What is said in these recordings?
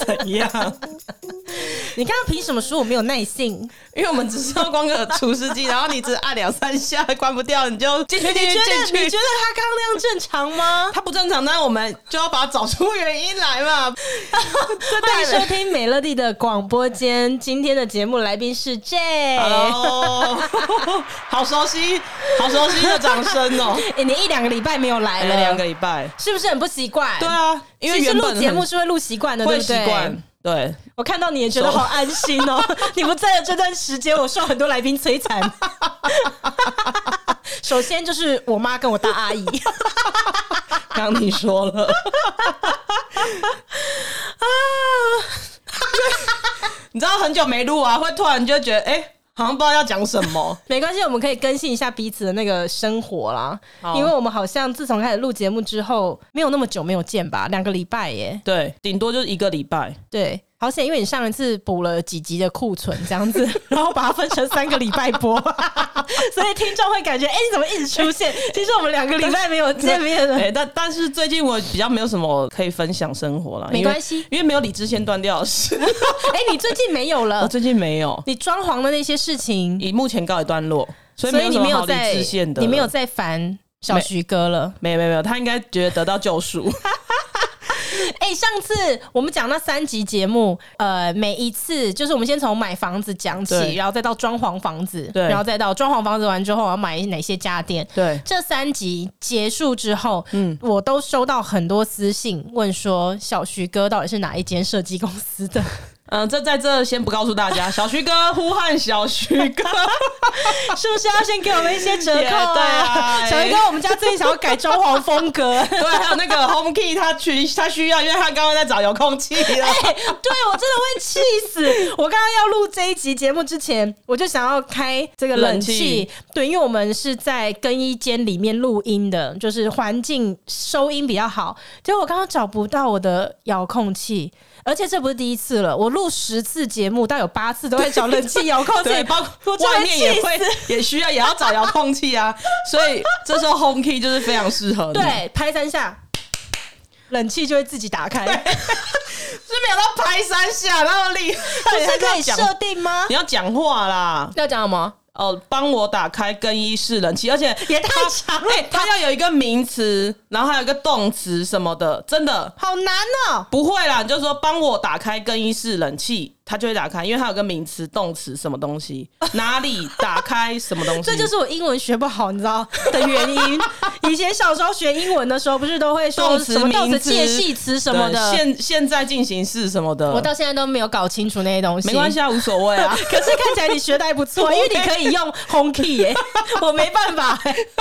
怎样？ 你刚刚凭什么说我没有耐性？ 因为我们只是要关个除湿机，然后你只按2-3下关不掉，你就进去。 你觉得他刚刚那样正常吗？ 他不正常，那我们就要把它找出原因来嘛。 欢迎收听美乐蒂的广播间，今天的节目来宾是 J。Hello， 好熟悉的掌声哦！ 你1-2个礼拜没有来了 ，2个礼拜， 是不是很不习惯？ 对啊，因为原本录节目是会录习惯的，对不对？ 会习惯。对， 我看到你也觉得好安心哦。你不在的这段时间，我受很多来宾摧残。首先就是我妈跟我大阿姨， 刚你说了你知道很久没录啊，会突然就觉得好像不知道要讲什么。 没关系，我们可以更新一下彼此的那个生活啦。因为我们好像自从开始录节目之后，没有那么久没有见吧，2个礼拜耶。 对，顶多就是1个礼拜。 对，好险，因为你上一次补了几集的库存这样子，然后把它分成3个礼拜播，所以听众会感觉你怎么一直出现？其实我们2个礼拜没有见面了。 但是最近我比较没有什么可以分享生活啦， 没关系， 因为没有理智线断掉的事。 你最近没有了？ 我最近没有。 你装潢的那些事情， 以目前告一段落，所以你没有理智线的， 你没有在烦小徐哥了？ 没有，他应该觉得得到救赎。 上次我们讲那3集节目，每一次就是我们先从买房子讲起，然后再到装潢房子，然后再到装潢房子完之后要买哪些家电。 对， 这3集结束之后，我都收到很多私信问说，小徐哥到底是哪一间设计公司的？ 这在这先不告诉大家，小徐哥呼喊小徐哥， 是不是要先给我们一些折扣啊？ 对啊， 小徐哥，我们家最近想要改装潢风格， 对，还有那个 Home Key， 他需要，因为他刚刚在找遥控器了。对， 我真的会气死！我刚刚要录这一集节目之前，我就想要开这个冷气，对，因为我们是在更衣间里面录音的，就是环境收音比较好。结果我刚刚找不到我的遥控器。而且这不是第一次了，我录10次节目，但有8次都会找冷气遥控器， 对，包括外面也需要，也要找遥控器啊。所以这时候 Home Key 就是非常适合你。 对，拍3下，冷气就会自己打开。 是没有到拍3下，那么厉害， 不是可以设定吗？ 你要讲话啦， 要讲什么？ 帮我打开更衣室冷气，而且也太长了， 它要有一个名词，然后还有一个动词什么的，真的好难哦。 不会啦，你就说帮我打开更衣室冷气，它就会打开，因为它有个名词、动词什么东西，哪里打开什么东西。 这就是我英文学不好，你知道的原因。以前小时候学英文的时候，不是都会说什么动词、介系词什么的， 现在进行式什么的， 我到现在都没有搞清楚那些东西。 没关系啊，无所谓啊。 可是看起来你学的还不错，因为你可以用 Home Key 耶，我没办法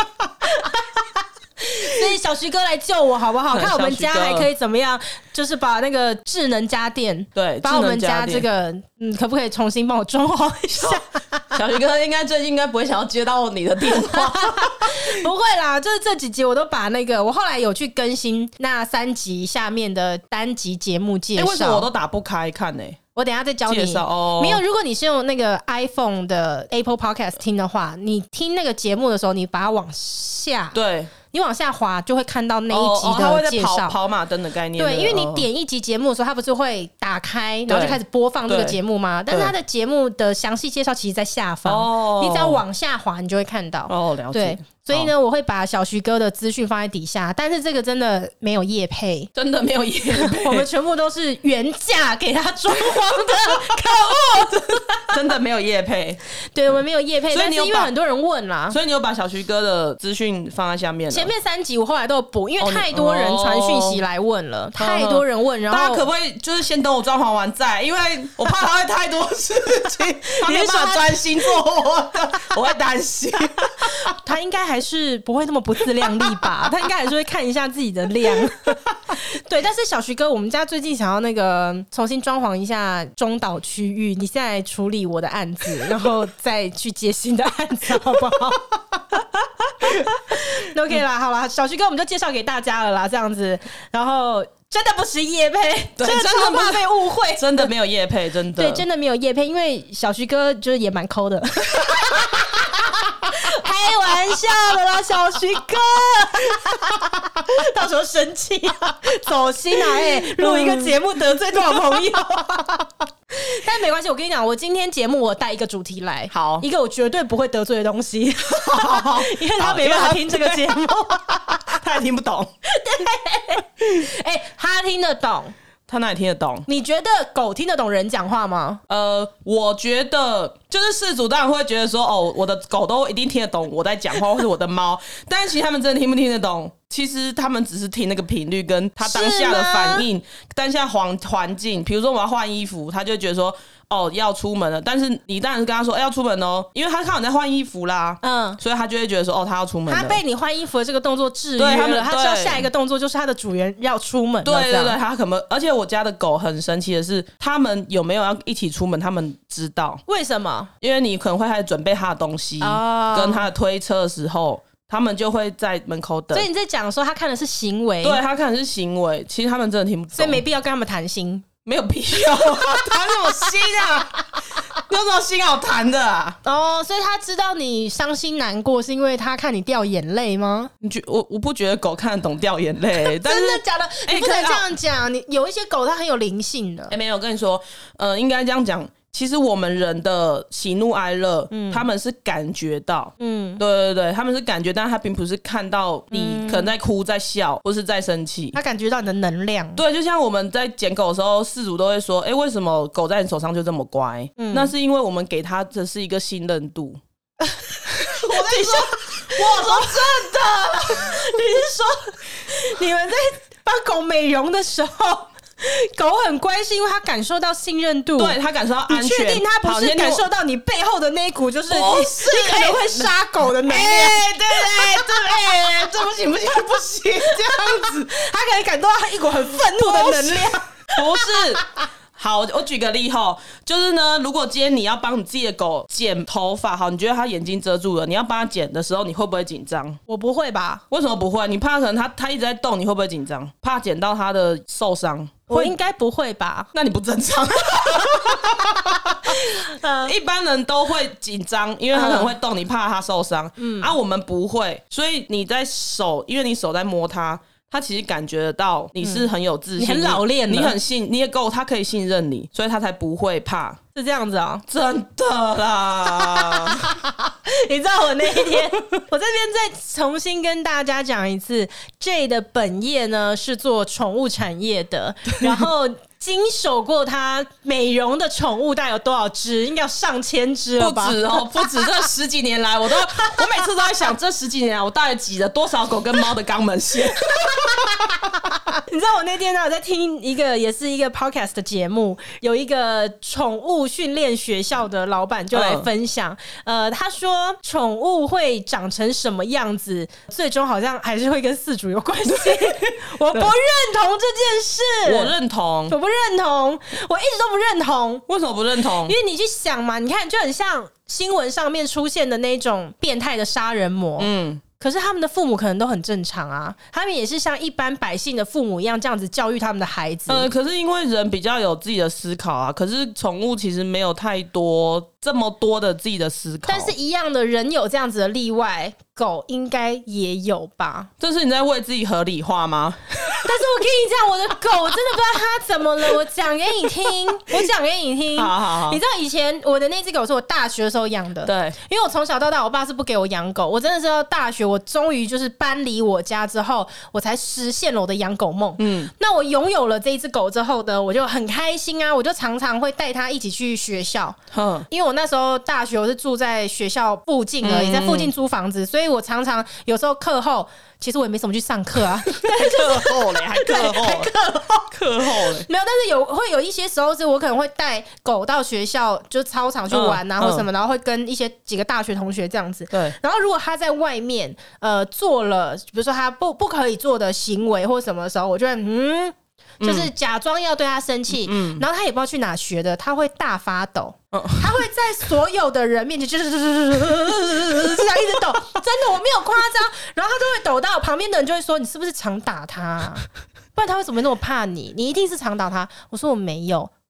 所以小徐哥来救我好不好？看我们家还可以怎么样，就是把那个智能家电， 对， 把我们家这个可不可以重新帮我装潢一下？ 小徐哥最近应该不会想要接到你的电话。 不会啦，就是这几集我都把那个，我后来有去更新那3集下面的单集节目介绍。 为什么我都打不开看呢？ 我等一下再教你介绍没有，如果你是用那个 iPhone 的 Apple Podcast 听的话，你听那个节目的时候，你把它往下， 对， 你往下滑就会看到那一集的介绍， 跑马灯的概念。 对，因为你点一集节目的时候，它不是会打开，然后就开始播放这个节目吗？但是它的节目的详细介绍其实在下方，你只要往下滑，你就会看到。 了解。对， 所以呢，我会把小徐哥的资讯放在底下，但是这个真的没有业配， 真的没有业配， 我们全部都是原价给他装潢的，可恶， 真的没有业配。 对，我们没有业配，但是因为很多人问啦， 所以你有把小徐哥的资讯放在下面了。 前面3集我后来都有补，因为太多人传讯息来问了，太多人问，然后大家可不可以就是先等我装潢完再？因为我怕他会太多事情，他没办法专心做我的，我会担心。 他应该还是不会那么不自量力吧？他应该还是会看一下自己的量。对，但是小徐哥，我们家最近想要那个重新装潢一下中岛区域，你现在处理我的案子，然后再去接新的案子，好不好？OK 啦，好啦，小徐哥我们就介绍给大家了啦，这样子，然后。真的不是业配，真的超怕被误会， 真的没有业配，真的对，真的没有业配，因为小徐哥就是也蛮抠的。开玩笑了啦，小徐哥，到时候生气走心啊！录一个节目得罪多少朋友但没关系，我跟你讲，我今天节目我带一个主题来， 好， 一个我绝对不会得罪的东西，因为他没办法听这个节目， 他也听不懂。 对，他听得懂。 他哪里听得懂？ 你觉得狗听得懂人讲话吗？ 我觉得就是事主当然会觉得说，哦，我的狗都一定听得懂我在讲话，或是我的猫，但是其实他们真的听不听得懂？其实他们只是听那个频率跟他当下的反应，当下环境。比如说我要换衣服，他就觉得说，哦，要出门了，但是你当然是跟他说，要出门哦，因为他看我在换衣服啦，所以他就会觉得说，哦，他要出门了。 他被你换衣服的这个动作制约了，他知道下一个动作就是他的主人要出门了。 对，他可能，而且我家的狗很神奇的是，他们有没有要一起出门，他们知道。 为什么？ 因为你可能会开始准备他的东西，跟他的推车的时候。他们就会在门口等， 所以你在讲说他看的是行为， 对，他看的是行为，其实他们真的听不懂， 所以没必要跟他们谈心， 没有必要谈什么心啊？有什么心好谈的啊？ 所以他知道你伤心难过，是因为他看你掉眼泪吗？ 我不觉得狗看得懂掉眼泪，但是真的假的？你不能这样讲，你有一些狗它很有灵性的。 没有，我跟你说，应该这样讲。其实我们人的喜怒哀乐，他们是感觉到，对，他们是感觉，但他并不是看到你可能在哭、在笑，或是在生气。 他感觉到你的能量。 对，就像我们在捡狗的时候，饲主都会说：“为什么狗在你手上就这么乖？”那是因为我们给它的是一个信任度。我跟你说，我说真的， 你是说你们在帮狗美容的时候？狗很乖是因为它感受到信任度， 对，它感受到安全。 你确定它不是感受到你背后的那一股就是你可能会杀狗的能量？ 对，这不行，这样子， 它可能感受到一股很愤怒的能量。 不是。好，我举个例吼，就是呢，如果今天你要帮你自己的狗剪头发，好，你觉得它眼睛遮住了，你要帮它剪的时候，你会不会紧张？ 我不会吧？ 为什么不会？你怕可能它一直在动，你会不会紧张？怕剪到它的受伤？ 我应该不会吧？ 那你不正常。一般人都会紧张，因为它可能会动，你怕它受伤。我们不会，所以你在手，因为你手在摸它。他其实感觉得到你是很有自信， 你很老练了， 你的狗他可以信任你，所以他才不会怕， 是这样子啊？ 真的啦！ 你知道我那一天，我这边再重新跟大家讲一次 ，J 的本业呢是做宠物产业的，然后。经手过他美容的宠物大概有多少只？应该有上千只了吧？ 不止哦，不止。这10几年来，我每次都在想，这10几年来我大概挤了多少狗跟猫的肛门腺。 你知道我那天呢，我在听一个也是一个 podcast 的节目，有一个宠物训练学校的老板就来分享，他说宠物会长成什么样子，最终好像还是会跟饲主有关系。我不认同这件事， 我认同， 我不认同，我一直都不认同。 为什么不认同？ 因为你去想嘛，你看就很像新闻上面出现的那种变态的杀人魔，可是他们的父母可能都很正常啊，他们也是像一般百姓的父母一样这样子教育他们的孩子。 可是因为人比较有自己的思考啊，可是宠物其实没有太多这么多的自己的思考。 但是一样的，人有这样子的例外，狗应该也有吧？ 这是你在为自己合理化吗？ 但是我跟你讲，我的狗我真的不知道它怎么了，我讲给你听，好，你知道以前我的那只狗是我大学的时候养的， 对， 因为我从小到大我爸是不给我养狗，我真的是到大学我终于就是搬离我家之后，我才实现了我的养狗梦。那我拥有了这一只狗之后呢，我就很开心啊，我就常常会带它一起去学校，因为我那时候大学我是住在学校附近而已，在附近租房子，所以我常常有时候课后。其实我也没怎么去上课啊， 课后嘞，还课后嘞， 没有，但是会有一些时候是我可能会带狗到学校，就操场去玩啊，或什么，然后会跟几个大学同学这样子。 对， 然后如果他在外面做了，比如说他不可以做的行为或什么的时候，我就会就是假装要对他生气，然后他也不知道去哪学的，他会大发抖。他会在所有的人面前就是这样一直抖，真的我没有夸张。然后他就会抖到旁边的人就会说：“你是不是常打他？不然他为什么那么怕你？你一定是常打他。”我说：“我没有。”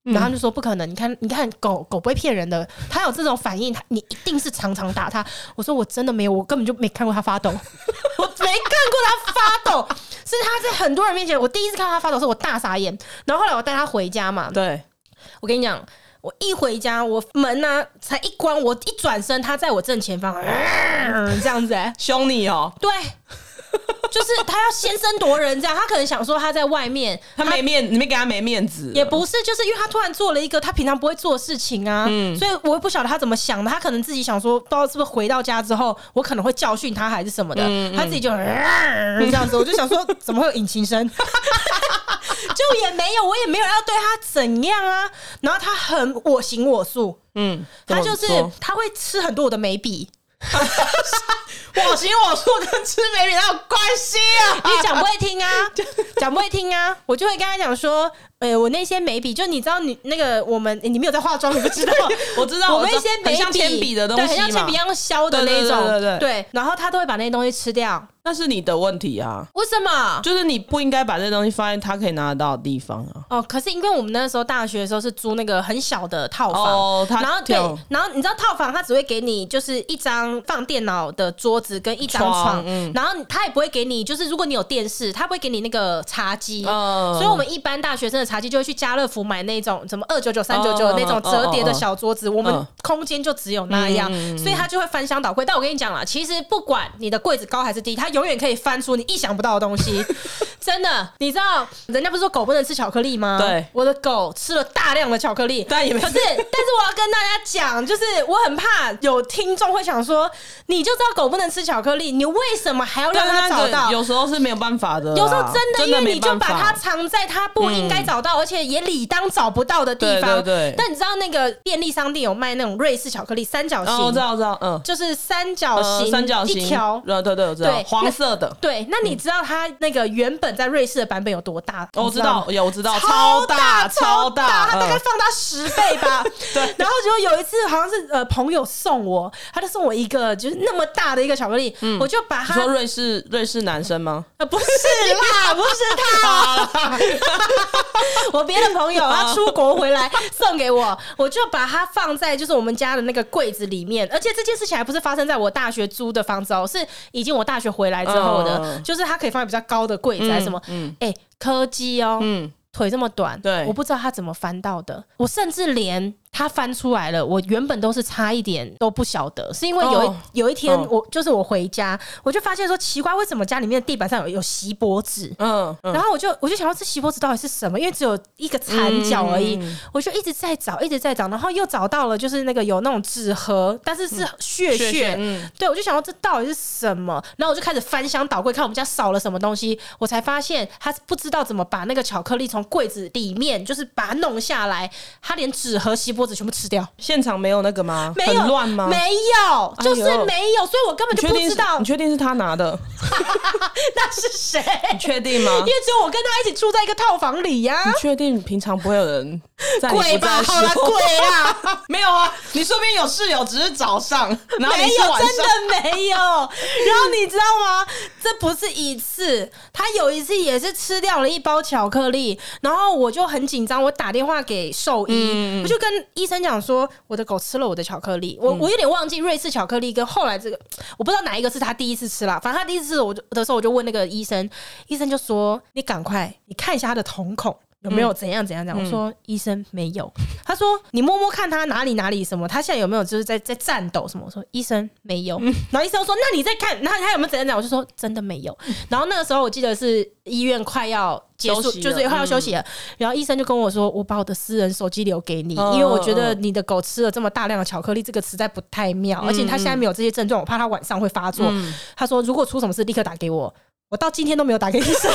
然后他就说不可能，你看狗不会骗人的，它有这种反应，你一定是常常打它。我说我真的没有，我根本就没看过它发抖，我没看过它发抖，是它在很多人面前，我第一次看到它发抖，是我大傻眼。然后后来我带它回家嘛， 对， 我跟你讲。我一回家，我门啊才一关，我一转身，他在我正前方，这样子凶你哦。 对，就是他要先声夺人，这样他可能想说他在外面， 他没面，你没给他没面子， 也不是，就是因为他突然做了一个他平常不会做的事情啊，所以我也不晓得他怎么想的，他可能自己想说，不知道是不是回到家之后，我可能会教训他还是什么的，他自己就这样子，我就想说，怎么会有引擎声？就也没有，我也没有要对他怎样啊。然后他很我行我素，他就是他会吃很多我的眉笔。 我行我素跟吃眉笔哪有关系啊？ 你讲不会听啊，讲不会听啊，我就会跟他讲说，我那些眉笔，就你知道你那个你没有在化妆，你不知道， 我知道， 我们一些眉笔很像铅笔的东西嘛， 对，很像铅笔一样削的那种， 对， 然后他都会把那些东西吃掉。 那是你的问题啊！ 为什么？ 就是你不应该把这东西放在他可以拿得到的地方啊！ 哦，可是因为我们那时候大学的时候是租那个很小的套房，然后对，然后你知道套房它只会给你就是一张放电脑的桌子跟一张床，然后他也不会给你，就是如果你有电视，他不会给你那个茶几，所以我们一般大学生的茶几就会去家乐福买那种什么299、399那种折叠的小桌子，我们空间就只有那样，所以他就会翻箱倒柜。但我跟你讲啦，其实不管你的柜子高还是低，它永远可以翻出你意想不到的东西，真的。你知道人家不是说狗不能吃巧克力吗？ 对， 我的狗吃了大量的巧克力，但是我要跟大家讲，就是我很怕有听众会想说，你就知道狗不能吃巧克力，你为什么还要让它找到？ 有时候是没有办法的， 有时候真的，因为你就把它藏在它不应该找到，而且也理当找不到的地方。 对。 但你知道那个便利商店有卖那种瑞士巧克力三角形？ 我知道， 就是三角形一条， 对，我知道，黄色的。 对，那你知道它那个原本在瑞士的版本有多大？ 我知道，我知道， 超大，它大概放大10倍吧。 对， 然后就有一次好像是朋友送我，他就送我一个就是那么大的一个巧克力，我就把它。 你说瑞士男生吗？ 不是啦，不是他，我别的朋友他出国回来送给我，我就把它放在就是我们家的那个柜子里面，而且这件事情还不是发生在我大学租的房子哦，是已经我大学回来之后的，就是它可以放在比较高的柜子还是什么，柯基哦，腿这么短， 对， 我不知道他怎么翻到的，我甚至连他翻出来了，我原本都是差一点都不晓得，是因为有一天我回家，我就发现说奇怪，为什么家里面的地板上有锡箔纸？然后我就想到这锡箔纸到底是什么？因为只有一个残角而已，我就一直在找，然后又找到了，就是那个有那种纸盒，但是是屑，对，我就想到这到底是什么？然后我就开始翻箱倒柜，看我们家少了什么东西，我才发现他不知道怎么把那个巧克力从柜子里面就是把它弄下来，他连纸盒锡箔纸全部吃掉。 现场没有那个吗？ 没有， 很乱吗？ 没有，就是没有，所以我根本就不知道。 你确定是他拿的？ 那是谁？ 你确定吗？因为只有我跟他一起住在一个套房里呀。 你确定平常不会有人在你不在的时候？ 好啦，鬼啊！ 没有啊，你说不定有室友，只是早上，然后没有，真的没有。然后你知道吗？这不是一次，他有一次也是吃掉了一包巧克力，然后我就很紧张，我打电话给兽医，我就跟医生讲说，我的狗吃了我的巧克力。我有点忘记瑞士巧克力跟后来这个，我不知道哪一个是他第一次吃啦。反正他第一次吃的时候，我就问那个医生，医生就说：“你赶快，你看一下他的瞳孔。”有没有怎样？我说医生没有，他说你摸摸看他哪里什么，他现在有没有就是在颤抖什么？我说医生没有，然后医生说那你再看，那他有没有怎样？我就说真的没有。然后那个时候我记得是医院快要结束，就是快要休息了，然后医生就跟我说，我把我的私人手机留给你，因为我觉得你的狗吃了这么大量的巧克力，这个实在不太妙，而且他现在没有这些症状，我怕他晚上会发作。他说如果出什么事立刻打给我，我到今天都没有打给医生。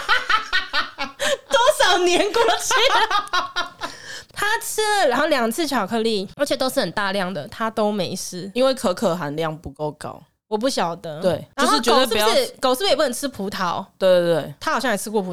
多少年过去了，他吃了然后2次巧克力，而且都是很大量的，他都没事， 因为可可含量不够高。 我不晓得， 对，就是绝对不要。 狗是不是也不能吃葡萄？ 对， 他好像也吃过葡萄。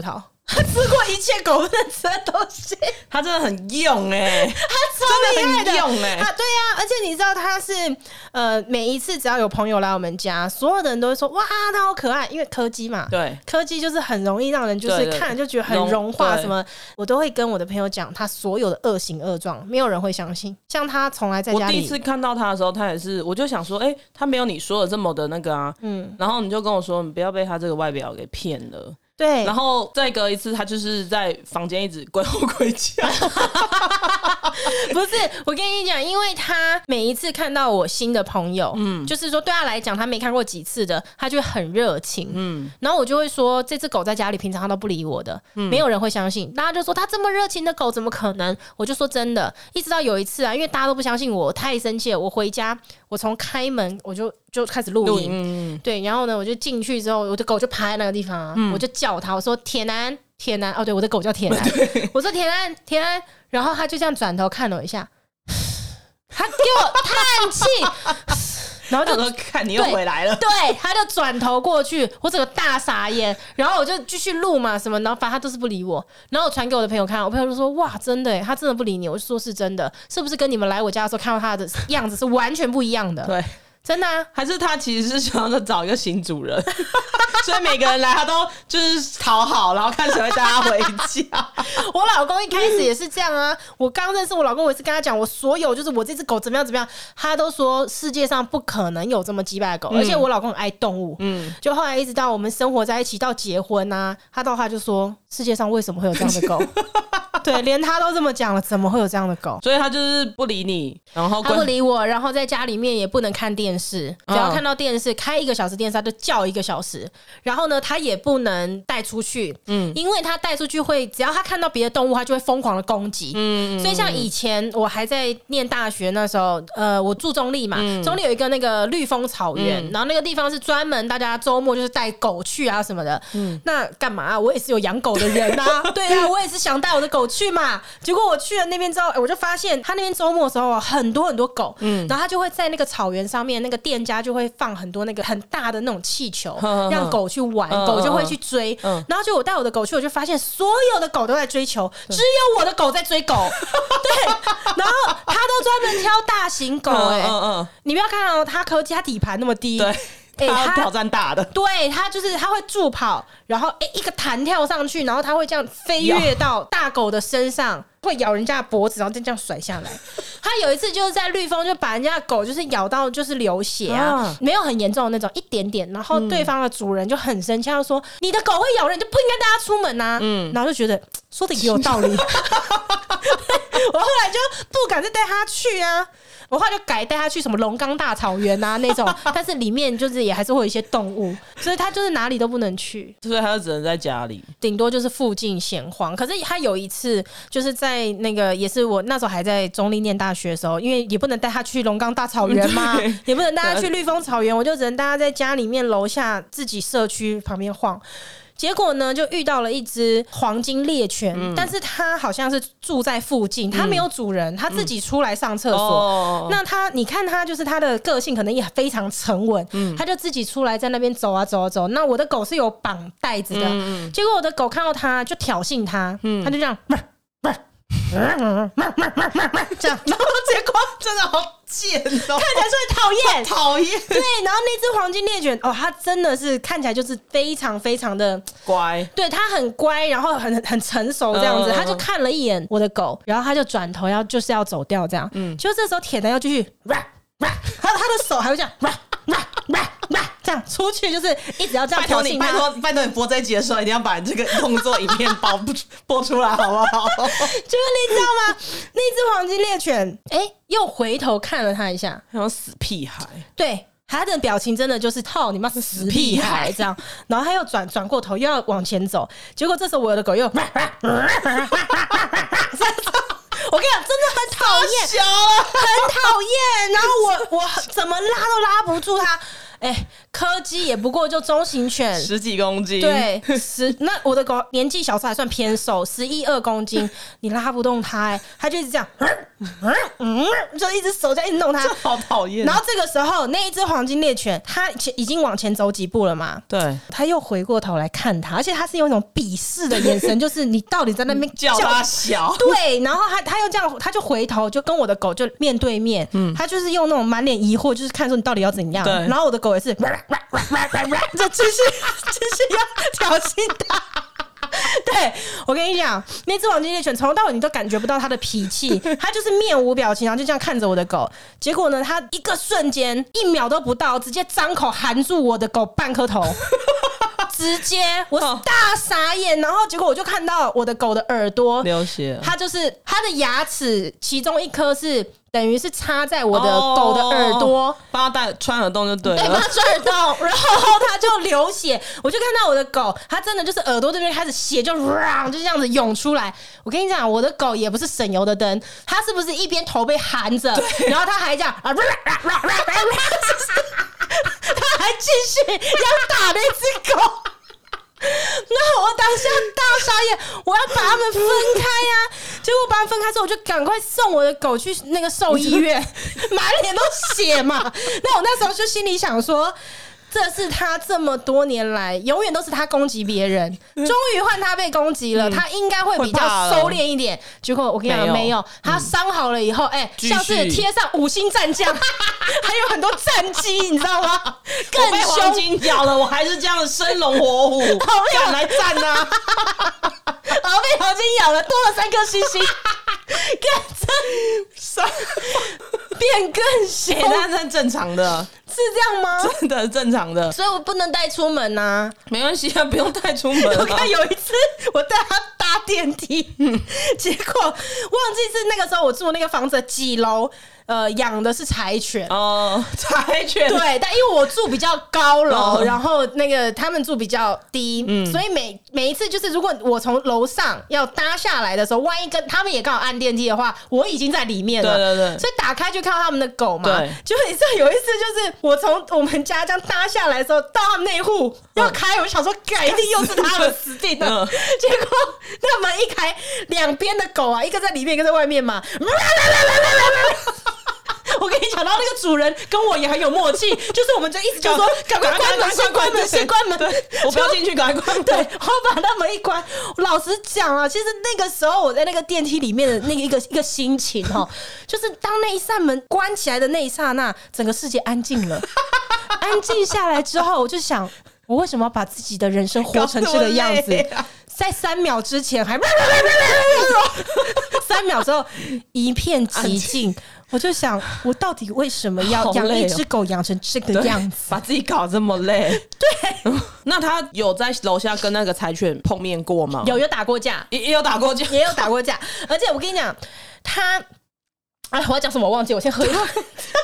他吃过一切狗不能吃的东西， 他真的很用他超厉害的， 真的很用对啊，而且你知道他是每一次只要有朋友来我们家，所有的人都会说哇他好可爱，因为柯基嘛， 对， 柯基就是很容易让人就是看了就觉得很融化什么，我都会跟我的朋友讲他所有的恶行恶状，没有人会相信。像他从来在家里， 我第一次看到他的时候，他也是，我就想说，他没有你说的这么的那个啊，然后你就跟我说，你不要被他这个外表给骗了。 对， 然后再隔一次，他就是在房间一直鬼吼鬼叫。 不是，我跟你讲，因为他每一次看到我新的朋友，就是说对他来讲，他没看过几次的，他就会很热情，然后我就会说，这只狗在家里平常他都不理我的，没有人会相信。大家就说他这么热情的狗怎么可能？我就说真的，一直到有一次啊，因为大家都不相信我，太生气了，我回家，我从开门我就开始录音，对，然后呢，我就进去之后，我的狗就趴在那个地方啊，我就叫他，我说铁男，哦，对，我的狗叫铁男，我说铁男，然后他就这样转头看了我一下，他给我叹气。然后就说看你又回来了， 对，他就转头过去，我整个大傻眼，然后我就继续录嘛什么，然后反正他都是不理我，然后我传给我的朋友看，我朋友就说哇真的耶，他真的不理你，我就说是真的，是不是跟你们来我家的时候看到他的样子是完全不一样的？ 对。 真的啊， 还是他其实是想要找一个新主人，所以每个人来他都就是讨好，然后看谁会带他回家。 我老公一开始也是这样啊，我刚认识我老公，我也是跟他讲，我所有就是我这只狗怎么样，他都说世界上不可能有这么击败的狗，而且我老公很爱动物，就后来一直到我们生活在一起到结婚啊，他就说世界上为什么会有这样的狗？对，连他都这么讲了，怎么会有这样的狗？ 所以他就是不理你，然后他不理我，然后在家里面也不能看电视，只要看到电视开1个小时电视，他就叫1个小时。然后呢，他也不能带出去，因为他带出去会，只要他看到别的动物，他就会疯狂的攻击。所以像以前我还在念大学那时候，我住中立嘛，中立有一个那个绿枫草原，然后那个地方是专门大家周末就是带狗去啊什么的。那干嘛啊？我也是有养狗的人啊，对啊，我也是想带我的狗去嘛。结果我去了那边之后，我就发现他那边周末的时候很多狗，然后他就会在那个草原上面，那个店家就会放很多那个很大的那种气球，让狗去玩，狗就会去追。然后就我带我的狗去，我就发现所有的狗都在追球，只有我的狗在追狗。对，然后他都专门挑大型狗，你不要看哦，他柯基他底盘那么低， 对。他挑战大的， 对，他就是他会助跑，然后一个弹跳上去，然后他会这样飞跃到大狗的身上，会咬人家的脖子，然后再这样甩下来。他有一次就是在绿枫就把人家的狗就是咬到就是流血啊，没有很严重的那种，一点点，然后对方的主人就很生气，他说你的狗会咬人，就不应该带它出门啊。然后就觉得说的也有道理。我后来就不敢再带它去啊。我后来就改带他去什么龙岗大草原啊那种，但是里面就是也还是会有一些动物，所以他就是哪里都不能去， 所以他就只能在家里， 顶多就是附近闲晃。可是他有一次就是在那个也是我那时候还在中立念大学的时候，因为也不能带他去龙岗大草原嘛，也不能带他去绿枫草原，我就只能带他在家里面楼下自己社区旁边晃。结果呢，就遇到了一只黄金猎犬，但是它好像是住在附近，它没有主人，它自己出来上厕所。那你看它就是它的个性可能也非常沉稳，它就自己出来在那边走啊走啊走。那我的狗是有绑带子的，结果我的狗看到它就挑衅它，它就这样。这样，然后结果真的好贱哦，看起来是会讨厌， 讨厌。 对，然后那只黄金猎犬哦，它真的是看起来就是非常非常的乖，对， 它很乖，然后很成熟这样子。它就看了一眼我的狗，然后它就转头就是要走掉这样。就这时候铁男要继续，他的手还会这样。这样出去就是一直要这样挑衅他。 拜托你播这一集的时候，一定要把这个动作影片播出来，好不好？ 结果你知道吗？那只黄金猎犬，又回头看了他一下， 那种死屁孩。对， 他的表情真的就是操你妈死屁孩这样。然后他又转过头，又要往前走。结果这时候我的狗又。我跟你讲，真的很讨厌，很讨厌。然后我怎么拉都拉不住它。 柯基也不过就中型犬 10几公斤， 对那我的狗年纪小时候还算偏瘦，11、2公斤，你拉不动它它就一直这样就一直手这样一直弄它， 好讨厌。 然后这个时候那一只黄金猎犬它已经往前走几步了嘛， 对， 它又回过头来看它，而且它是用一种鄙视的眼神就是你到底在那边叫它小， 对，然后他又这样，他就回头就跟我的狗就面对面，他就是用那种满脸疑惑，就是看说你到底要怎样。然后我的狗也是，这继续要挑衅他。对，我跟你讲，那只黄金猎犬从头到尾你都感觉不到它的脾气，它就是面无表情，然后就这样看着我的狗。结果呢，它一个瞬间1秒都不到，直接张口含住我的狗半颗头。直接我大傻眼，然后结果我就看到我的狗的耳朵流血， 它就是它的牙齿其中一颗是等于是插在我的狗的耳朵， 帮它穿耳洞就对了， 对，帮它穿耳洞，然后它就流血，我就看到我的狗，它真的就是耳朵这边开始血就这样子涌出来。我跟你讲，我的狗也不是省油的灯，它是不是一边头被含着，然后它还这样他还继续要打那只狗。那我当下大傻眼，我要把他们分开呀！结果把他们分开之后，我就赶快送我的狗去那个兽医院，满脸都血嘛。那我那时候就心里想说，这是他这么多年来永远都是他攻击别人，终于换他被攻击了，他应该会比较收敛一点。结果我跟你讲，没有，他伤好了以后，像是贴上5星战将，还有很多战绩，你知道吗？更凶， 被黄金咬了，我还是这样生龙活虎，敢来战啊！ 然后被黄金咬了，多了3颗星星，变更血， 那是正常的， 是这样吗？ 真的正常的， 所以我不能带出门啊。 没关系啊，不用带出门啊。 我看有一次我带他搭电梯，结果忘记是那个时候我住那个房子的几楼。养的是柴犬哦，柴犬对，但因为我住比较高楼，然后那个他们住比较低，所以每一次就是如果我从楼上要搭下来的时候，万一跟他们也刚好按电梯的话，我已经在里面了， 对对对， 所以打开就看到他们的狗嘛。对，结果你知道有一次就是我从我们家这样搭下来的时候，到他们内户要开，我想说，一定又是他们死定了。结果那门一开，两边的狗啊，一个在里面，一个在外面嘛。我跟你讲到那个主人跟我也很有默契，就是我们就一直就说赶快关门，先关门，先关门， 我不要进去，赶快关门。 对，然后把那门一关。老实讲啊，其实那个时候我在那个电梯里面的那个一个心情哈，就是当那一扇门关起来的那一刹那，整个世界安静了。安静下来之后，我就想，我为什么要把自己的人生活成这个样子？在3秒之前还3秒之后一片寂静，我就想，我到底为什么要养一只狗养成这个样子， 把自己搞这么累？对，那他有在楼下跟那个柴犬碰面过吗？ 有打过架， 也有打过架， 也有打过架。而且我跟你讲，他，我要讲什么我忘记，我先喝一口。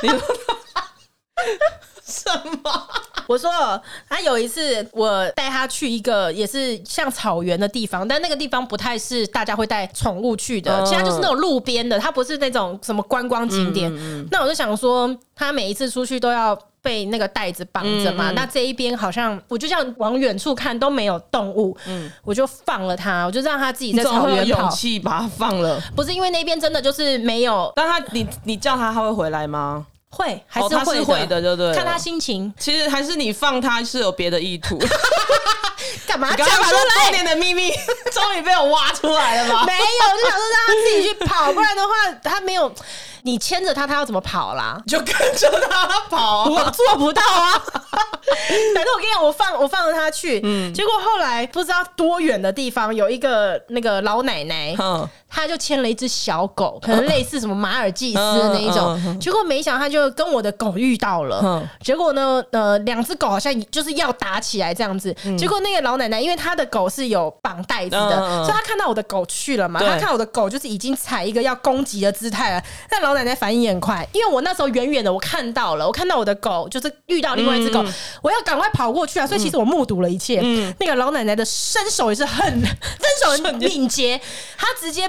什么？ 我说他有一次我带他去一个也是像草原的地方，但那个地方不太是大家会带宠物去的，其他就是那种路边的，它不是那种什么观光景点。那我就想说，他每一次出去都要被那个袋子绑着嘛，那这一边好像我就这样往远处看都没有动物，我就放了他，我就让他自己在草原跑。 你有勇气把他放了？ 不是因为那边真的就是没有， 但你叫他会回来吗？ 会，还是会的， 他是会的，对不对？ 看他心情。 其实还是你放他是有别的意图。 干嘛讲出来？多年的秘密终于被我挖出来了吧？ 没有，我就想说让他自己去跑，不然的话他没有你牵着他要怎么跑啦？ 就跟着他跑啊， 我做不到啊。反正我跟你讲，我放着他去，结果后来不知道多远的地方有一个那个老奶奶，她就牵了一只小狗，可能类似什么马尔济斯的那一种。结果没想到她就跟我的狗遇到了，结果呢，2只狗好像就是要打起来这样子。结果那个老奶奶因为她的狗是有绑带子的，所以她看到我的狗去了嘛，她看我的狗就是已经踩一个要攻击的姿态了。但老奶奶反应也很快，因为我那时候远远的我看到我的狗就是遇到另外一只狗，我要赶快跑过去啊！所以其实我目睹了一切。那个老奶奶的身手也是很敏捷，她直接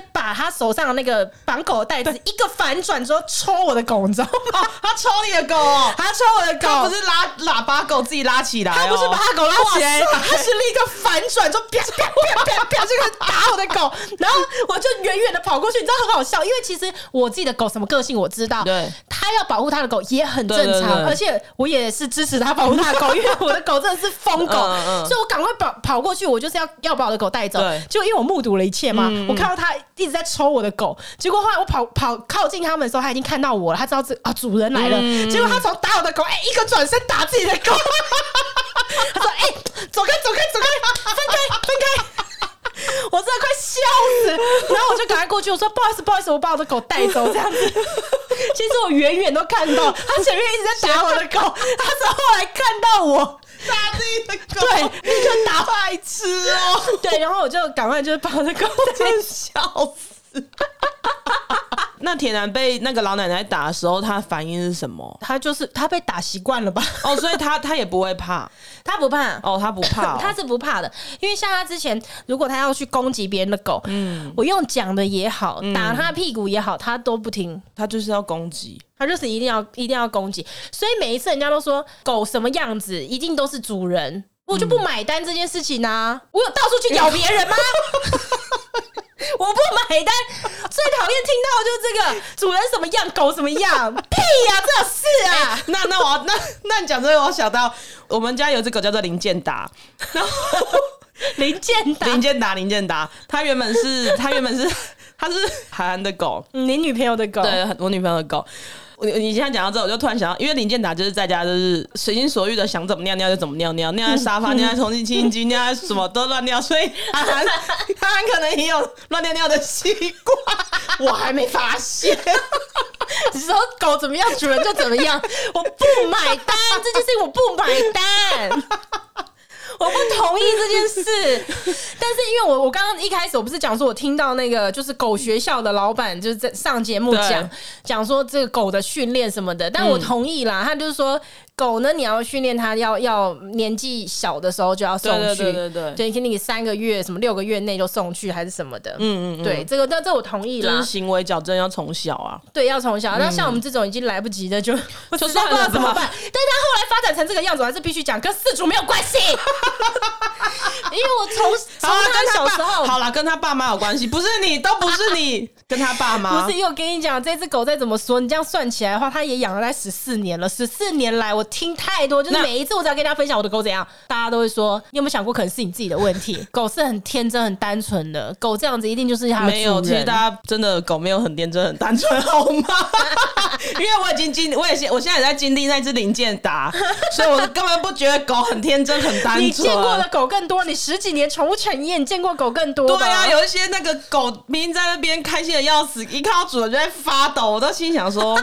把他手上的那个绑狗的带子一个反转之后抽我的狗，你知道吗？ 他抽你的狗哦， 他抽我的狗， 他不是拉喇叭狗自己拉起来， 他不是把他狗拉起来，他是立刻反转，就啪啪啪啪啪，这个打我的狗，然后我就远远的跑过去，你知道很好笑，因为其实我自己的狗什么个性我知道， 对， 他要保护他的狗也很正常， 对对对， 而且我也是支持他保护他的狗，因为我的狗真的是疯狗，所以我赶快跑过去，我就是要把我的狗带走。结果因为我目睹了一切嘛，我看到他一直在抽我的狗，结果后来我跑靠近他们的时候，他已经看到我了，他知道主人来了，结果他从打我的狗，一个转身打自己的狗，他说：“走开，分开！”我真的快笑死，然后我就赶快过去，我说：“不好意思，我把我的狗带走。”这样子，其实我远远都看到他前面一直在打我的狗，他是后来看到我打自己的狗， 对，立刻打白痴哦， 对，然后我就赶快就是把我的狗真笑死。那铁男被那个老奶奶打的时候，他的反应是什么？ 他被打习惯了吧？ 哦，所以他也不会怕， 他不怕哦，他不怕他是不怕的，因为像他之前，如果他要去攻击别人的狗，我用讲的也好，打他屁股也好，他都不听， 他就是要攻击。 他就是一定要攻击，所以每一次人家都说狗什么样子，一定都是主人，我就不买单这件事情啊！我有到处去咬别人吗？我不买单，最讨厌听到的就是这个主人什么样，狗什么样，屁呀、这有事啊！ 那你讲这个，我想到我们家有一只狗叫做林健达，然后林健达，他原本是海岸的狗，你女朋友的狗， 对，我女朋友的狗。你现在讲到这，我就突然想到，因为林健达就是在家就是随心所欲的想怎么尿尿就怎么尿尿，尿在沙发，尿在空气清新机，尿在什么都乱尿，所以他可能也有乱尿尿的习惯，我还没发现。 你说狗怎么样，主人就怎么样，我不买单，这件事情我不买单。我不同意这件事，但是因为我刚刚一开始我不是讲说我听到那个就是狗学校的老板就是在上节目讲说这个狗的训练什么的，但我同意啦，他就是说狗呢，你要训练它要年纪小的时候就要送去，对，给你3个月什么6个月内就送去还是什么的，对，这我同意啦， 就是行为矫正要从小啊， 对，要从小。那像我们这种已经来不及的就算了怎么办？但是他后来发展成这个样子，我还是必须讲，跟饲主没有关系。因为我从他小时候， 好啦，跟他爸妈有关系，不是你，都不是你，跟他爸妈不是。因为我跟你讲，这只狗再怎么说，你这样算起来的话，它也养了14年了。14年来，我听太多，就是每一次我只要跟大家分享我的狗怎样，大家都会说，你有没有想过，可能是你自己的问题？狗是很天真、很单纯的，狗这样子一定就是它的主人。 没有，其实大家真的狗没有很天真、很单纯，好吗？因为我现在也在经历那只林健达，所以我根本不觉得狗很天真、很单纯。 你见过的狗更多，你10几年宠物产业，你见过狗更多。 对啊，有一些那个狗明明在那边开心的要死，一看到主人就在发抖，我都心想说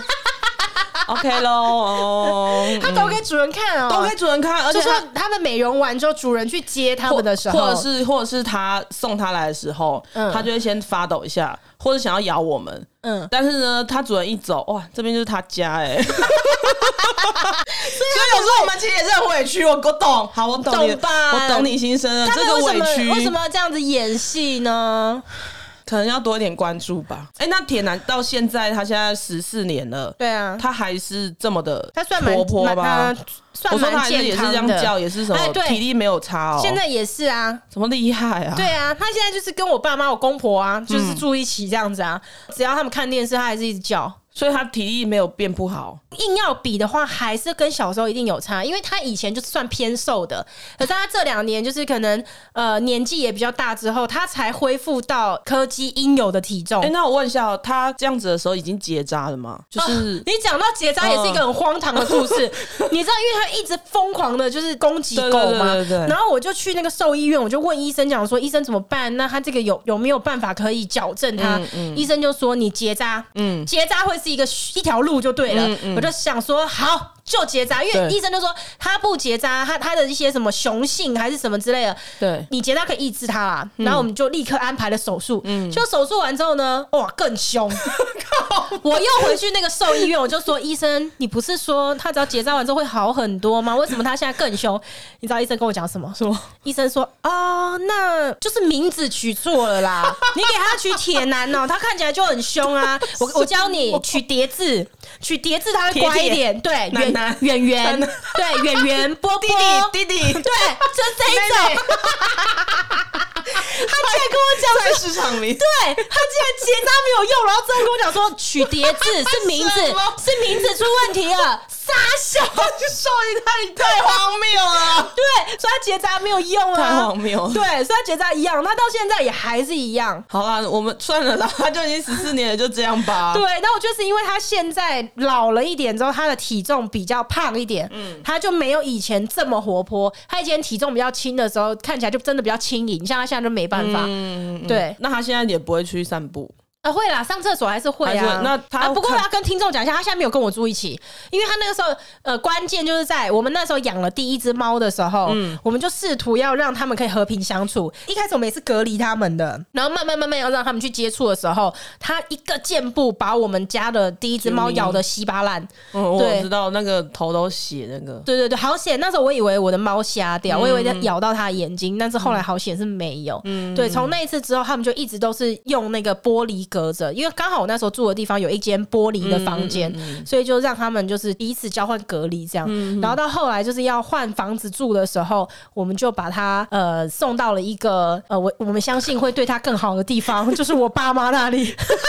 OK 咯， 他都给主人看哦， 都给主人看，而且他们美容完之后，主人去接他们的时候， 或者是他送他来的时候，他就会先发抖一下，或者想要咬我们。但是呢，他主人一走，哇，这边就是他家所以有时候我们其实也是很委屈，我懂，好，我懂你，我懂你心声了。这个委屈为什么要这样子演戏呢？ 可能要多一点关注吧。那铁男到现在，他现在14年了， 对啊， 他还是这么的活泼吧？ 算蛮健康的， 我说他也是这样叫，也是什么体力没有差哦。 现在也是啊， 怎么厉害啊？ 对啊，他现在就是跟我爸妈、我公婆啊，就是住一起这样子啊。只要他们看电视，他还是一直叫。 所以他体力没有变不好， 硬要比的话，还是跟小时候一定有差，因为他以前就是算偏瘦的，可是他这2年就是可能年纪也比较大之后，他才恢复到柯基应有的体重。 那我问一下，他这样子的时候已经结扎了吗？就是你讲到结扎也是一个很荒唐的故事，你知道，因为他一直疯狂的就是攻击狗嘛，然后我就去那个兽医院，我就问医生讲说，医生怎么办？那他这个有没有办法可以矫正他？医生就说你结扎，结扎会是一条路就对了。我就想说好， 就结扎，因为医生就说他不结扎，他的一些什么雄性还是什么之类的， 对， 你结扎可以抑制他啦。然后我们就立刻安排了手术，就手术完之后呢，哇，更凶！我又回去那个兽医院，我就说医生，你不是说他只要结扎完之后会好很多吗？为什么他现在更凶？你知道医生跟我讲什么？医生说那就是名字取错了啦，你给他取铁男哦，他看起来就很凶啊。我教你取叠字，他会乖一点。对，圆圆，对，圆圆，波波， 弟弟， 对，就是这一种。他竟然跟我讲在市场里， 对，他竟然结扎没有用，然后之后跟我讲说取叠字是名字出问题了。傻笑， 兽医太荒谬了。 对，所以他结扎没有用啊， 太荒谬了。 对，所以他结扎一样，他到现在也还是一样。 好啦，我们算了啦，他就已经14年了，就这样吧。 对，那我就是因为他现在老了一点之后，他的体重比较胖一点，他就没有以前这么活泼。他以前体重比较轻的时候，看起来就真的比较轻盈，像他现在就没办法。对， 那他现在也不会去散步。 会啦，上厕所还是会啊。 那他不过我要跟听众讲一下，他现在没有跟我住一起，因为他那个时候关键就是在我们那时候养了第一只猫的时候，我们就试图要让他们可以和平相处。一开始我们也是隔离他们的，然后慢慢要让他们去接触的时候，他一个箭步把我们家的第一只猫咬得稀巴烂。 我知道那个头都血那个。 对，好险！那时候我以为我的猫瞎掉，我以为咬到它的眼睛，但是后来好险是没有。对，从那一次之后，他们就一直都是用那个玻璃隔着，因为刚好我那时候住的地方有一间玻璃的房间，所以就让他们就是彼此交换隔离这样。然后到后来就是要换房子住的时候，我们就把他送到了一个我们相信会对他更好的地方，就是我爸妈那里。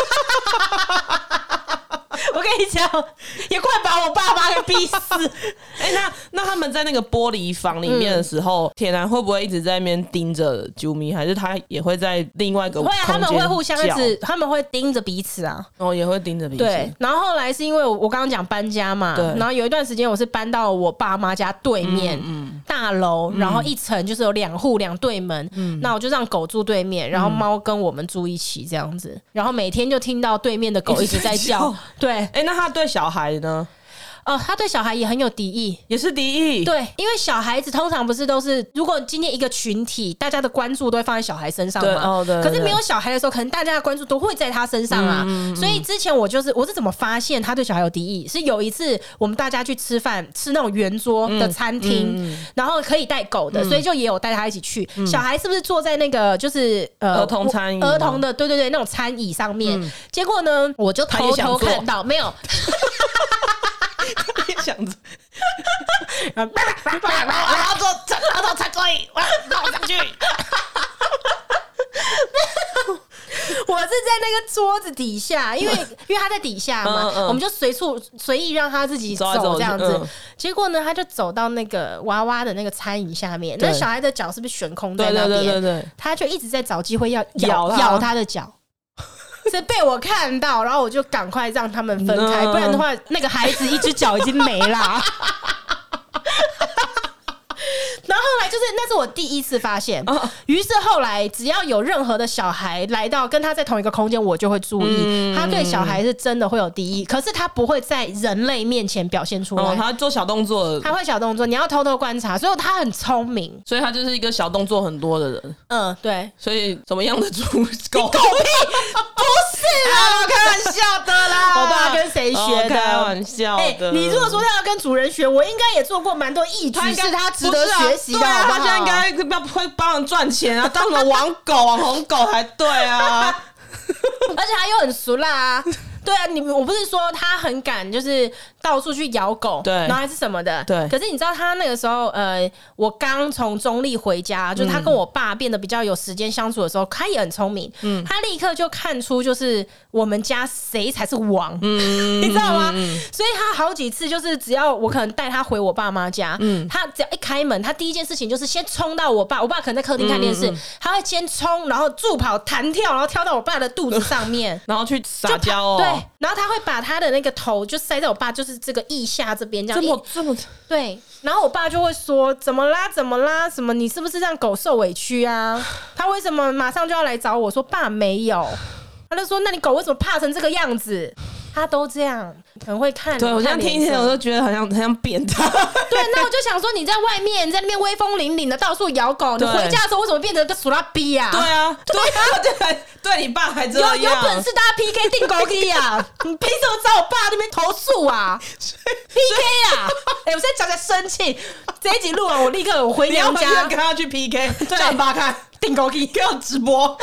我跟你讲，也快把我爸妈给逼死。 那他们在那个玻璃房里面的时候，铁男会不会一直在那边盯着啾咪，还是他也会在另外一个空间？ 会啊，他们会互相他们会盯着彼此啊。 也会盯着彼此。 对，然后后来是因为我刚刚讲搬家嘛，然后有一段时间我是搬到我爸妈家对面大楼，然后一层就是有2户2对门，那我就让狗住对面，然后猫跟我们住一起这样子，然后每天就听到对面的狗一直在叫。对， 那他对小孩呢？ 他对小孩也很有敌意， 也是敌意。 对，因为小孩子通常不是都是，如果今天一个群体，大家的关注都会放在小孩身上嘛。对。可是没有小孩的时候，可能大家的关注都会在他身上啊。所以之前我是怎么发现他对小孩有敌意？是有一次我们大家去吃饭，吃那种圆桌的餐厅，然后可以带狗的，所以就也有带他一起去。小孩是不是坐在那个就是儿童餐椅？ 儿童的，对那种餐椅上面。结果呢，我就偷偷看到，没有。 也想着， 我要坐餐桌椅，我要上去。我是在那个桌子底下，因为他在底下嘛，我们就随意让他自己走这样子。结果呢，他就走到那个娃娃的那个餐椅下面，那小孩的脚是不是悬空在那边？对，他就一直在找机会要咬他的脚。是被我看到，然后我就赶快让他们分开，不然的话，那个孩子一只脚已经没啦。然后后来就是那是我第一次发现，于是后来只要有任何的小孩来到跟他在同一个空间，我就会注意，他对小孩是真的会有敌意，可是他不会在人类面前表现出来。 他做小动作， 他会小动作，你要偷偷观察，所以他很聪明， 所以他就是一个小动作很多的人。 对， 所以怎么样的狗屁不是啦， 我开玩笑的啦， 我不知道跟谁学的， 开玩笑的。 你如果说他要跟主人学，我应该也做过蛮多义举，是他值得学习的。 对啊，他现在应该会帮人赚钱啊，当什么网红狗才对啊， 而且他又很熟啦。对啊，我不是说他很敢，就是到处去咬狗， 对， 然后还是什么的， 对。 可是你知道他那个时候，我刚从中立回家，就是他跟我爸变得比较有时间相处的时候，他也很聪明，他立刻就看出就是我们家谁才是王，你知道吗？所以他好几次就是只要我可能带他回我爸妈家，他只要一开门，他第一件事情就是先冲到我爸可能在客厅看电视，他会先冲，然后助跑弹跳，然后跳到我爸的肚子上面， 然后去撒娇哦， 对。然后他会把他的那个头就塞在我爸就是这个腋下这边，这样这么对。然后我爸就会说怎么啦什么你是不是让狗受委屈啊？他为什么马上就要来找我说爸没有？他就说那你狗为什么怕成这个样子？ 他都这样，很会看。 对我现在听一听，我都觉得好像变态。 对，那我就想说，你在外面在那边威风凛凛的到处咬狗，你回家的时候为什么变成个鼠拉逼啊？ 对啊，对你爸还这样， 有本事大家 PK 定狗机啊！你凭什么找我爸那边投诉啊？PK 啊！我现在讲起来生气，这一集录完我立刻回娘家跟他去 PK， 叫你爸看定狗机， 给我直播。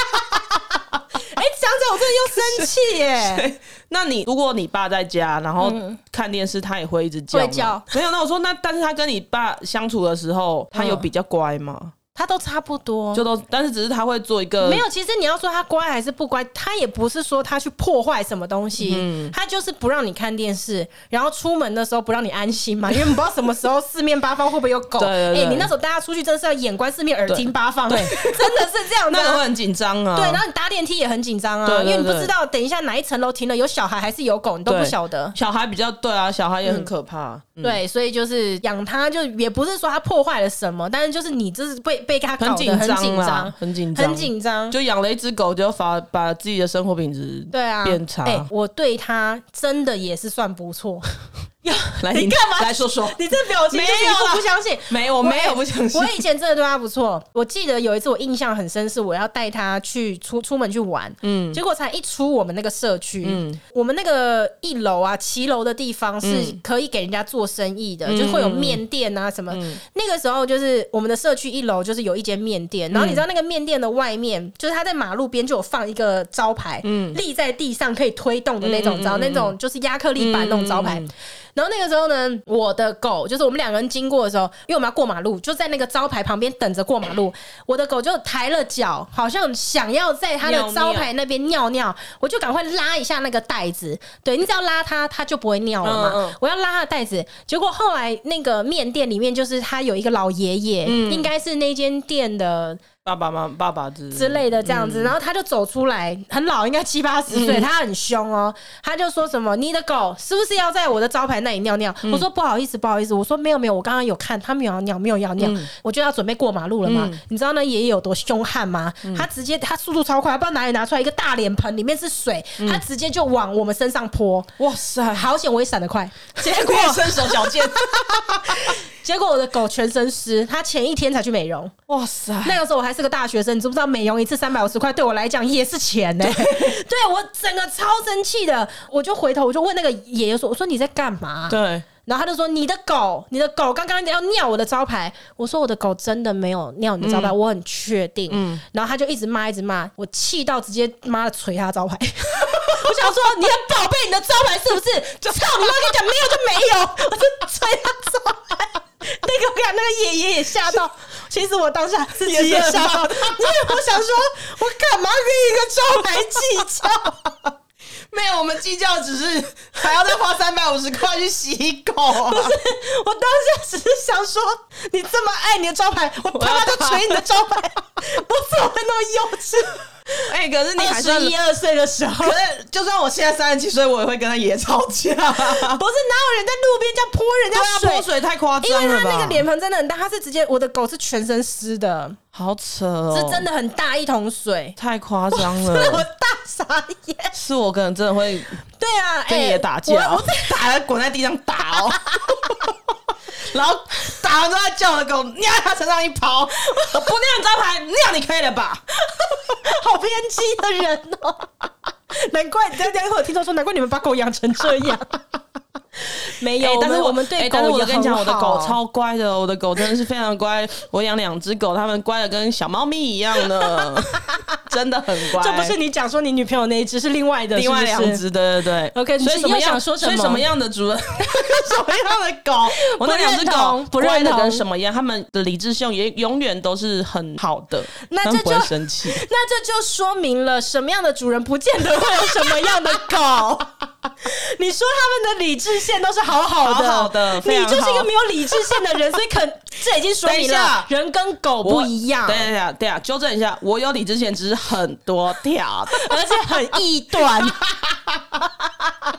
讲着我真的又生气耶！ 那如果你爸在家，然后看电视，他也会一直叫吗？ 会叫。 没有，那我说但是他跟你爸相处的时候，他有比较乖吗？ 他都差不多， 但是只是他会做一个没有。其实你要说他乖还是不乖，他也不是说他去破坏什么东西，他就是不让你看电视，然后出门的时候不让你安心嘛，因为你不知道什么时候四面八方会不会有狗。 对， 你那时候带他出去真的是要眼观四面，耳听八方，对，真的是这样的。 那个会很紧张啊。 对，然后你搭电梯也很紧张啊，因为你不知道等一下哪一层楼停了有小孩还是有狗，你都不晓得。 小孩比较对啊，小孩也很可怕。 对，所以就是养它，就也不是说它破坏了什么，但是就是你就是被它搞得很紧张， 就养了一只狗，就把自己的生活品质变差。 我对它真的也是算不错。 你干嘛？来说说， 你这表情就是一副不相信。 没有，我没有不相信。 我以前真的对他不错。我记得有一次我印象很深，是我要带他去出门去玩，结果才一出我们那个社区，我们那个一楼啊骑楼的地方是可以给人家做生意的，就会有面店啊什么。那个时候就是我们的社区一楼就是有一间面店，然后你知道那个面店的外面，就是他在马路边就有放一个招牌，立在地上可以推动的那种，找那种就是亚克力板那种招牌。然后那个时候呢，我的狗就是我们两个人经过的时候，因为我们要过马路，就在那个招牌旁边等着过马路。我的狗就抬了脚，好像想要在它的招牌那边尿尿，我就赶快拉一下那个袋子。对，你只要拉它，它就不会尿了嘛。我要拉它的袋子，结果后来那个面店里面就是他有一个老爷爷，应该是那间店的爸爸之类的这样子，然后他就走出来，很老，应该70、80岁，他很凶哦，他就说什么你的狗是不是要在我的招牌那里尿尿？我说不好意思，我说没有，我刚刚有看他没有要尿，没有要尿，我就要准备过马路了嘛。你知道那爷爷有多凶悍吗？他直接他速度超快，不知道哪里拿出来一个大脸盆，里面是水，他直接就往我们身上泼。哇塞，好险我也闪得快，结果身手矫健。 结果我的狗全身湿，他前一天才去美容。哇塞！那个时候我还是个大学生，你知不知道美容一次350块对我来讲也是钱呢？对我整个超生气的，我就回头我就问那个爷爷说：“我说你在干嘛？”对。然后他就说：“你的狗刚刚要尿我的招牌。”我说：“我的狗真的没有尿你的招牌，我很确定。”然后他就一直骂，我气到直接妈的捶他的招牌。我想说，你很宝贝你的招牌是不是？就操你妈！跟你讲没有就没有，我就捶他招牌。那个爷爷也吓到，其实我当下自己也吓到，因为我想说，我干嘛跟一个招牌计较？ 没有，我们计较只是还要再花350块去洗狗啊！ 不是，我当下只是想说，你这么爱你的招牌，我他妈就捶你的招牌，不是我会那么幼稚。 可是你还是 21、22岁的时候， 可是就算我现在37岁，我也会跟他爷吵架。不是，哪有人在路边这样泼人家水？ 泼水太夸张了吧？ 因为他那个脸盆真的很大，他是直接我的狗是全身湿的， 好扯哦！ 是真的很大一桶水， 太夸张了， 我大傻眼。 是我可能真的会对啊跟爷打架，我打了滚在地上打哦。然后打完之后叫我的狗尿在他身上一刨，我不尿你招牌，尿你可以了吧？ 好偏激的人哦！难怪等一会有听众说，难怪你们把狗养成这样。没有， 但是我们对狗但是我也很好。 跟你讲，我的狗超乖的，我的狗真的是非常乖。我养2只狗，它们乖的跟小猫咪一样的，真的很乖。 这不是你讲说你女朋友那一只，是另外的， 另外2只，对。 OK， 所以什么样的主人，什么样的狗，我那2只狗不乖的跟什么样，它们的理智性也永远都是很好的， 那这就不会生气。 那这就说明了什么样的主人不见得会有什么样的狗。你说他们的理智线都是好好的，你就是一个没有理智线的人，所以这已经说明了人跟狗不一样。 对啊，纠正一下，我有理智线，只是很多条， 而且很异端。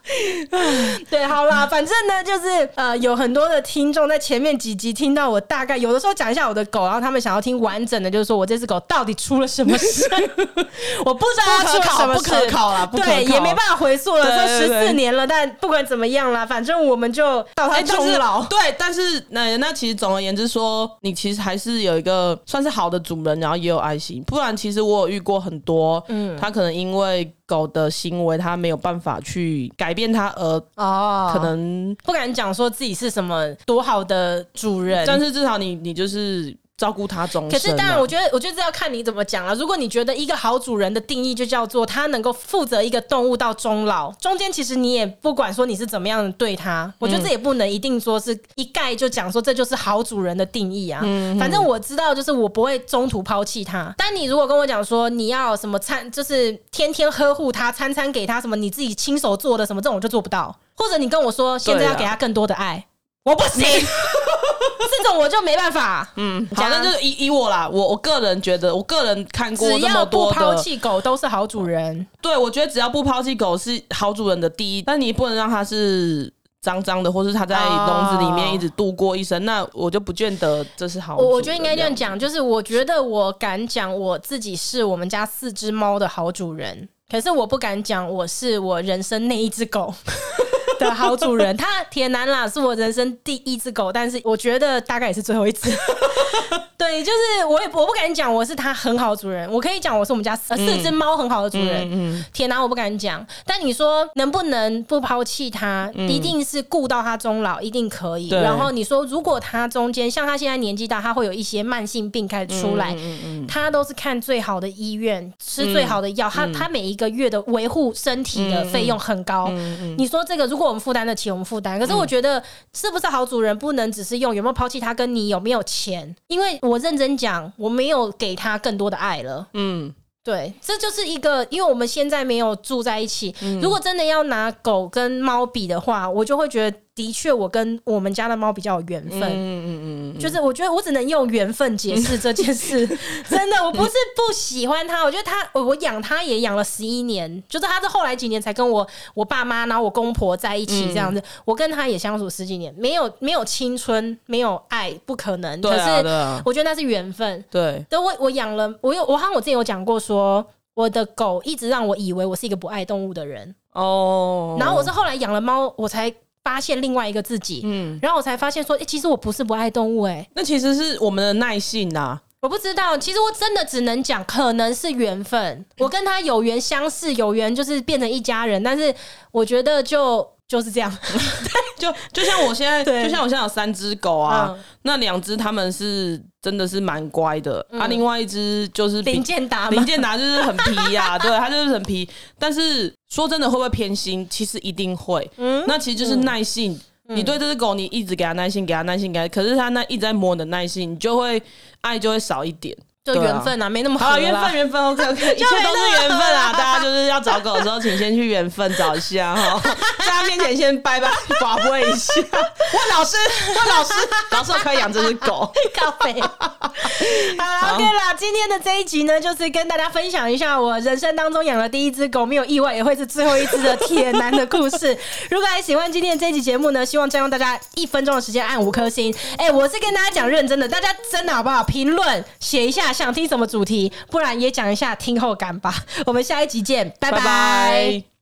对，好啦，反正呢，就是有很多的听众在前面几集听到我大概有的时候讲一下我的狗，然后他们想要听完整的，就是说我这只狗到底出了什么事，我不知道它出了什么事， 不可考啦，不可考， 对，也没办法回溯了， 对这14年了，但不管怎么样啦，反正我们就到它终老。 对，但是那其实总而言之说，你其实还是有一个算是好的主人，然后也有爱心，不然其实我有遇过很多，他可能因为狗的行为他没有办法去改变它，而可能不敢讲说自己是什么多好的主人， 但是至少你就是照顾它终身。 可是当然我觉得这要看你怎么讲了。如果你觉得一个好主人的定义就叫做他能够负责一个动物到终老，中间其实你也不管说你是怎么样对它，我觉得这也不能一定说是一概就讲说这就是好主人的定义啊。反正我知道就是我不会中途抛弃它，但你如果跟我讲说你要什么就是天天呵护它，餐餐给它什么你自己亲手做的什么，这种我就做不到。或者你跟我说现在要给它更多的爱，我不行这种我就没办法。 好，那就是以我啦，我个人觉得，我个人看过这么多的， 只要不抛弃狗都是好主人。 对，我觉得只要不抛弃狗是好主人的第一，但你不能让它是脏脏的，或是它在笼子里面一直度过一生，那我就不见得这是好主人。 我觉得应该这样讲，就是我觉得我敢讲我自己是我们家4只猫的好主人，可是我不敢讲我是我人生那一只狗的好主人。他铁男啦是我人生第1只狗，但是我觉得大概也是最后一只。对，就是我不敢讲我是他很好的主人，我可以讲我是我们家4只猫很好的主人。铁男我不敢讲，但你说能不能不抛弃他，一定是顾到他终老，一定可以。然后你说如果他中间像他现在年纪大，他会有一些慢性病开始出来，他都是看最好的医院，吃最好的药，他每一个月的维护身体的费用很高。你说这个如果我们负担得起，我们负担。可是我觉得是不是好主人不能只是用有没有抛弃他跟你有没有钱，因为我认真讲我没有给他更多的爱了。对，这就是一个，因为我们现在没有住在一起。如果真的要拿狗跟猫比的话，我就会觉得的确我跟我们家的猫比较有缘分。就是我觉得我只能用缘分解释这件事。真的，我不是不喜欢它，我觉得我养它也养了11年，就是它是后来几年才跟我爸妈然后我公婆在一起这样子。我跟它也相处10几年，没有青春，没有爱，不可能。可是我觉得那是缘分。 对， 我养了，我好像我之前有讲过说，我的狗一直让我以为我是一个不爱动物的人。然后我是后来养了猫，我才发现另外一个自己。然后我才发现说，其实我不是不爱动物。 那其实是我们的耐性啊。 我不知道，其实我真的只能讲可能是缘分，我跟他有缘相识，有缘就是变成一家人。但是我觉得就是这样。 就像我现在就像我现在有3只狗啊，那2只他们是真的是蛮乖的，另外1只就是林建达就是很皮呀。对，他就是很皮。但是说真的，会不会偏心？其实一定会。那其实就是耐性。你对这只狗，你一直给它耐心，给它耐心，可是它一直在磨你的耐心，你就会爱就会少一点。 就缘分啊，没那么好啦。 缘分 OK， 一切都是缘分啊！大家就是要找狗的时候，请先去缘分找一下哈，在他面前先拜拜一下，问老师，我可以养这只狗。 靠北。好 ，OK 啦，今天的这一集呢，就是跟大家分享一下我人生当中养的第1只狗，没有意外也会是最后一只的铁男的故事。如果还喜欢今天的这一集节目呢，希望占用大家1分钟的时间按5颗星。我是跟大家讲认真的，大家真的好不好？评论写一下。想听什么主题，不然也讲一下听后感吧。我们下一集见，拜拜。